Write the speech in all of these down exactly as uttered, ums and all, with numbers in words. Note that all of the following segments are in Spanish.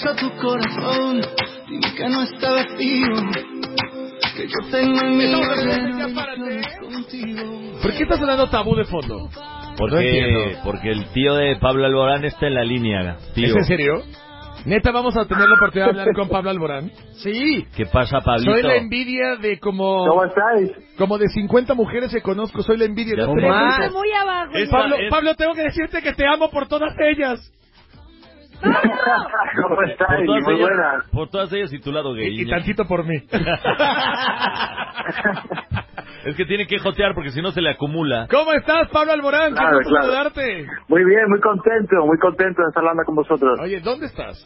piensa tu corazón? Dime que no está vacío, que yo tengo en mi contigo. ¿Por qué está sonando Tabú de fondo? Porque, porque el tío de Pablo Alborán está en la línea, tío. ¿Es en serio? ¿Neta vamos a tener la oportunidad de hablar con Pablo Alborán? Sí. ¿Qué pasa, Pablito? Soy la envidia de como... ¿Cómo estáis? Como de cincuenta mujeres que conozco, soy la envidia de... ¿Cómo más? Muy abajo. Es, Pablo, es... Pablo, tengo que decirte que te amo por todas ellas. ¿Cómo estáis? Por Muy ellas, buenas. por todas ellas y tu lado gay. Y, y tantito por mí. Es que tiene que jotear porque si no se le acumula. ¿Cómo estás, Pablo Alborán? Qué Claro, gusto claro. saludarte. Muy bien, muy contento, muy contento de estar hablando con vosotros. Oye, ¿dónde estás?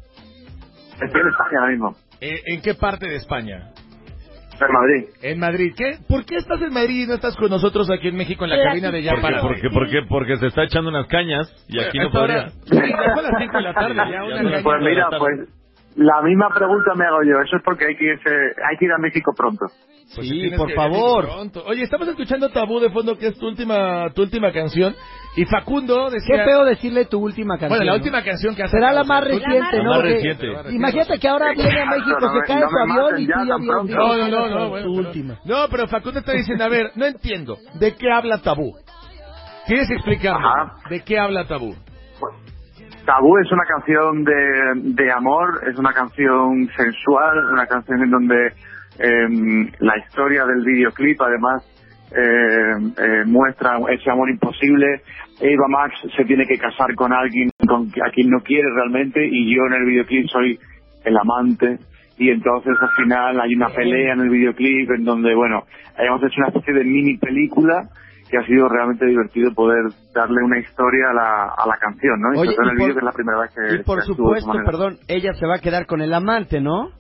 Estoy en España ahora mismo, Eh, ¿En qué parte de España? en Madrid. En Madrid. ¿Qué? ¿Por qué estás en Madrid y no estás con nosotros aquí en México en la cabina de Ya ¿Por qué? Para? Porque, porque, porque se está echando unas cañas y aquí no Hasta ahora- podría. Sí, ya son las cinco de la tarde, ya Ya una son las caña. Pues mira, pues la misma pregunta me hago yo. Eso es porque hay que irse, hay que ir a México pronto. Pues Sí, tienes por que- favor. pronto. Oye, estamos escuchando Tabú de fondo, que es tu última tu última canción. Y Facundo decía... Qué feo decirle tu última canción. Bueno, la ¿no? última canción que hace... Será la más reciente, La ¿no? más Porque reciente. Imagínate que ahora viene a México, No me- se cae no su me avión maten y ya tú ya tan vienes pronto. No, no, no, no, tu bueno, pero- última. No, pero Facundo está diciendo, a ver, no entiendo. ¿De qué habla Tabú? Tienes que explicarme. Ajá. ¿De qué habla Tabú? Tabú es una canción de, de amor, es una canción sensual, una canción en donde eh, la historia del videoclip además eh, eh, muestra ese amor imposible. Eva Max se tiene que casar con alguien con a quien no quiere realmente y yo en el videoclip soy el amante y entonces al final hay una pelea en el videoclip en donde, bueno, hemos hecho una especie de mini película que ha sido realmente divertido poder darle una historia a la, a la canción, ¿no? Y Oye, sobre todo en y el por- vídeo que es la primera vez que Y por que actúo de esa supuesto, manera. perdón, ella se va a quedar con el amante, ¿no?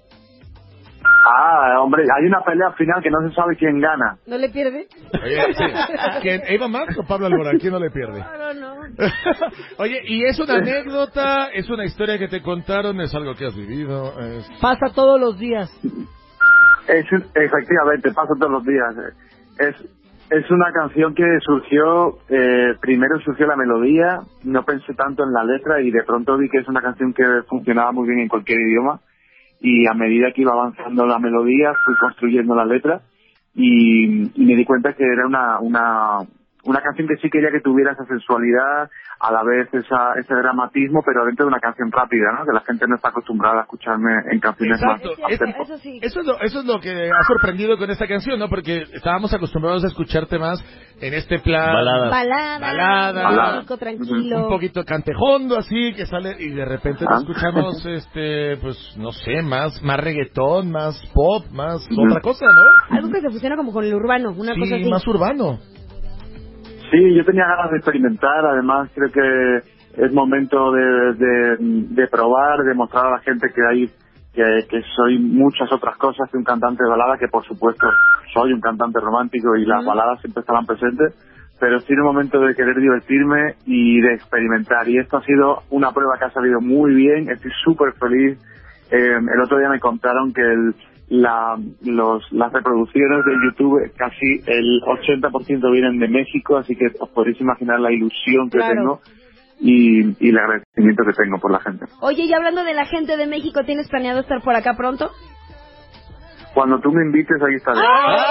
Ah, hombre, hay una pelea final que no se sabe quién gana. ¿No le pierde? Oye, sí. ¿Quién, ¿Eva Max o Pablo Alborán? ¿Quién no le pierde? Claro, no. Oye, ¿y es una anécdota? ¿Es una historia que te contaron? ¿Es algo que has vivido? Es... Pasa todos los días. Es, efectivamente, pasa todos los días. Es, es una canción que surgió, eh, primero surgió la melodía, no pensé tanto en la letra y de pronto vi que es una canción que funcionaba muy bien en cualquier idioma y a medida que iba avanzando la melodía fui construyendo la letra y, y me di cuenta que era una, una, una canción que sí quería que tuviera esa sensualidad, a la vez esa, ese dramatismo, pero dentro de una canción rápida, ¿no? Que la gente no está acostumbrada a escucharme en canciones Exacto. más, más Es- tempo. Eso sí. Eso es, lo, eso es lo que ha sorprendido con esta canción, ¿no? Porque estábamos acostumbrados a escucharte más en este plan... Baladas. Balada. Balada. Balada. Tranquilo. Un poquito cantejondo, así, que sale... Y de repente Ah. te escuchamos, este, pues, no sé, más más reggaetón, más pop, más Ujú. otra cosa, ¿no? Algo que se fusiona como con el urbano, una Sí, cosa así. más urbano. Sí, yo tenía ganas de experimentar, además creo que es momento de, de, de probar, de mostrar a la gente que hay que, que soy muchas otras cosas que un cantante de balada, que por supuesto soy un cantante romántico y las Mm. baladas siempre estarán presentes, pero estoy en un momento de querer divertirme y de experimentar, y esto ha sido una prueba que ha salido muy bien, estoy súper feliz. Eh, el otro día me contaron que el, la, los, las reproducciones de YouTube casi el ochenta por ciento vienen de México, así que os podéis imaginar la ilusión que Claro. tengo y, y el agradecimiento que tengo por la gente. Oye, y hablando de la gente de México, ¿tienes planeado estar por acá pronto? Cuando tú me invites, ahí estaré.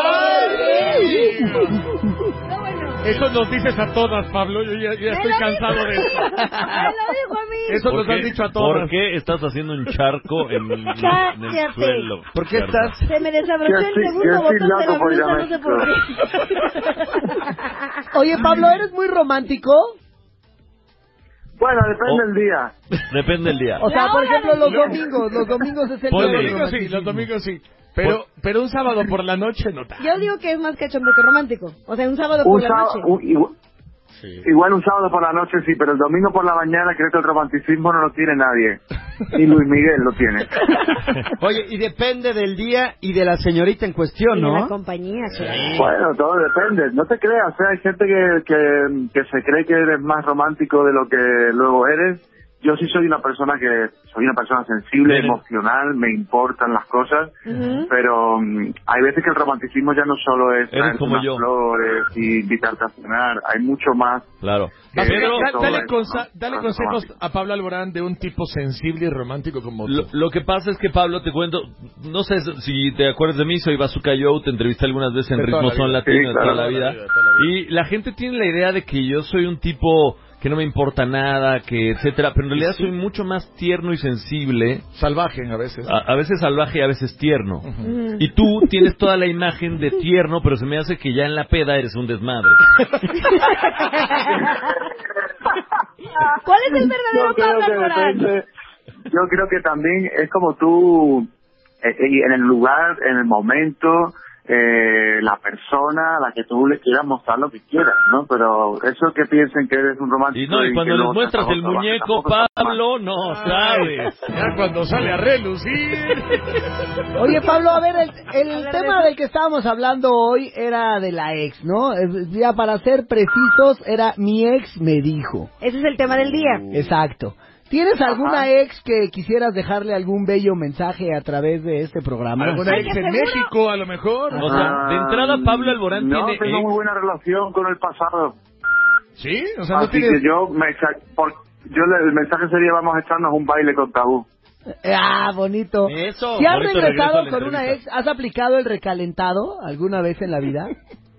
Eso nos dices a todas, Pablo. Yo ya, ya estoy lo cansado dijo de a mí. eso. Me lo dijo a mí. Eso ¿Por nos qué- has dicho a todas. ¿Por qué estás haciendo un charco en, en el Cállate. suelo? ¿Por qué Gerda? estás? Se me desabrochó Que el sí, segundo que sí, botón de la loco por ir a blusa, no sé por qué. Oye, Pablo, ¿eres muy romántico? Bueno, depende Oh. del día. Depende del día. O sea, La por hora ejemplo, del los día. domingos. Los domingos es el Los día del domingos sí, romanticismo. los domingos sí. Pero, pero un sábado por la noche no tanto. Yo digo que es más cachondo que romántico. O sea, un sábado por Un la sábado, noche. un- igual, Sí. igual un sábado por la noche sí, pero el domingo por la mañana creo que el romanticismo no lo tiene nadie. Ni Luis Miguel lo tiene. Oye, y depende del día y de la señorita en cuestión, Y de la ¿no? compañía, claro. Bueno, todo depende. No te creas, o sea, hay gente que, que, que se cree que eres más romántico de lo que luego eres yo sí soy una persona que soy una persona sensible, Eres... emocional, me importan las cosas, Uh-huh. pero um, hay veces que el romanticismo ya no solo es traerte como unas yo. flores y invitarte a cenar, hay mucho más. Claro. que Pedro, todo dale, eso, consa- ¿no? dale Todo consejos romántico. a Pablo Alborán de un tipo sensible y romántico como tú. Lo, lo que pasa es que, Pablo, te cuento, no sé si te acuerdas de mí, soy Bazooka Joe, te entrevisté algunas veces en De toda Ritmo la Son vida. Latino Sí, de claro. toda la vida, y la gente tiene la idea de que yo soy un tipo que no me importa nada, que etcétera, pero en realidad soy mucho más tierno y sensible, Salvaje a veces. a, a veces salvaje y a veces tierno. Uh-huh. Y tú tienes toda la imagen de tierno, pero se me hace que ya en la peda eres un desmadre. ¿Cuál es el verdadero Yo creo Pablo que Alborán? depende- yo creo que también es como tú, eh, eh, en el lugar, en el momento, eh, la persona a la que tú le quieras mostrar lo que quieras, ¿no? Pero eso que piensen que eres un romántico... Y no, y cuando que les luego muestras sacas el otra, muñeco, tampoco está mal. Pablo, no sabes. Ya cuando sale a relucir. Oye, Pablo, a ver, el, el Hablar de tema eso. del que estábamos hablando hoy era de la ex, ¿no? Eh, Ya para ser precisos, era mi ex me dijo. Ese es el tema del día. Exacto. ¿Tienes alguna Ajá. ex que quisieras dejarle algún bello mensaje a través de este programa? ¿Alguna Ay, ex qué en seguro. México, a lo mejor? O sea, de entrada, Pablo Alborán no, tiene tengo ex. muy buena relación con el pasado. ¿Sí? O sea, no Así tienes... que yo, me, echa- por, yo le- el mensaje sería vamos a echarnos un baile con Tabú. Ah, bonito. Eso. Si has Bonito regreso regresado a la con una ex, entrevista. ¿has aplicado el recalentado alguna vez en la vida?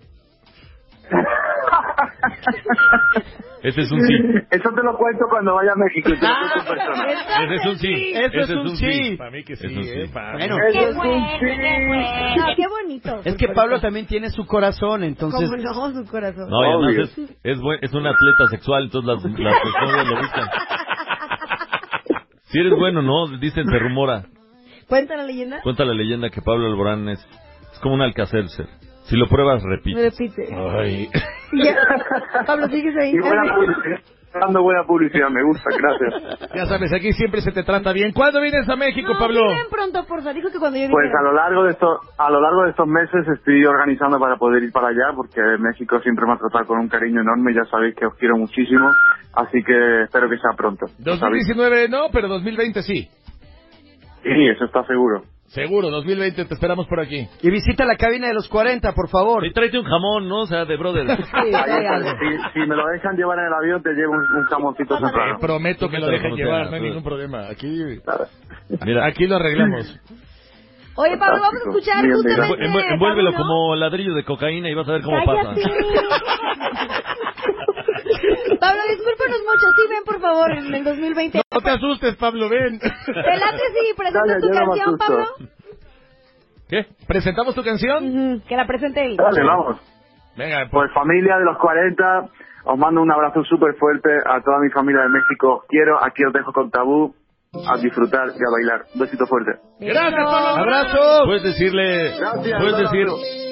Ese es un sí. Eso te lo cuento cuando vaya a México y te lo cuento en persona. Ese es un sí. Ese es Ese un sí. Para mí que sí, Eso sí. ¿eh? Para Bueno. mí. Eso Qué es un bueno, sí. qué bueno. Qué bonito. Es que Pablo también tiene su corazón, entonces... Como no, su corazón. No, y además Obvio. es, es, buen- es un atleta sexual, entonces las, las personas lo buscan. Si eres bueno, ¿no? Dicen, se rumora. ¿Cuenta la leyenda? Cuenta la leyenda que Pablo Alborán es, es como un Alcacelser. Si lo pruebas, repite. Repite. Ay. Ya. Pablo, sigues ahí. Y buena publicidad. Dando buena publicidad, me gusta, gracias. Ya sabes, aquí siempre se te trata bien. ¿Cuándo vienes a México, No, Pablo? ven pronto, porfa. Dijo que cuando yo Pues viniera. a lo largo de estos, a lo largo de estos meses estoy organizando para poder ir para allá, porque México siempre me ha tratado con un cariño enorme, ya sabéis que os quiero muchísimo, así que espero que sea pronto. dos mil diecinueve no, pero dos mil veinte sí. Sí, eso está seguro. Seguro, dos mil veinte te esperamos por aquí. Y visita la cabina de los cuarenta, por favor. Y tráete un jamón, ¿no? O sea, de brother. Sí, Ahí tráigalo. está. Si, si me lo dejan llevar en el avión, te llevo un, un jamoncito Te serrano. prometo que lo Pero dejen como llevar, sea, no hay tú. ningún problema. Aquí, Mira, aquí lo arreglamos. Oye, Pablo, vamos a escuchar Bien, justamente... envu- envu- envuélvelo Pablo, ¿no? como ladrillo de cocaína y vas a ver cómo ¡Cállate! pasa. Pablo, discúlpanos mucho. Sí, ven, por favor, en el dos mil veinte. No te asustes, Pablo, ven. ¿Te late si presentas Dale, tu yo no me canción, asusto. Pablo? ¿Qué? ¿Presentamos tu canción? Ujú, que la presente él. Dale, vamos. Venga, pues. Pues familia de los cuarenta, os mando un abrazo súper fuerte a toda mi familia de México. Quiero, aquí os dejo con Tabú, a disfrutar y a bailar. Un besito fuerte. Gracias, Pablo. ¡Abrazo! Puedes decirle, Gracias, puedes un decir, abrazo.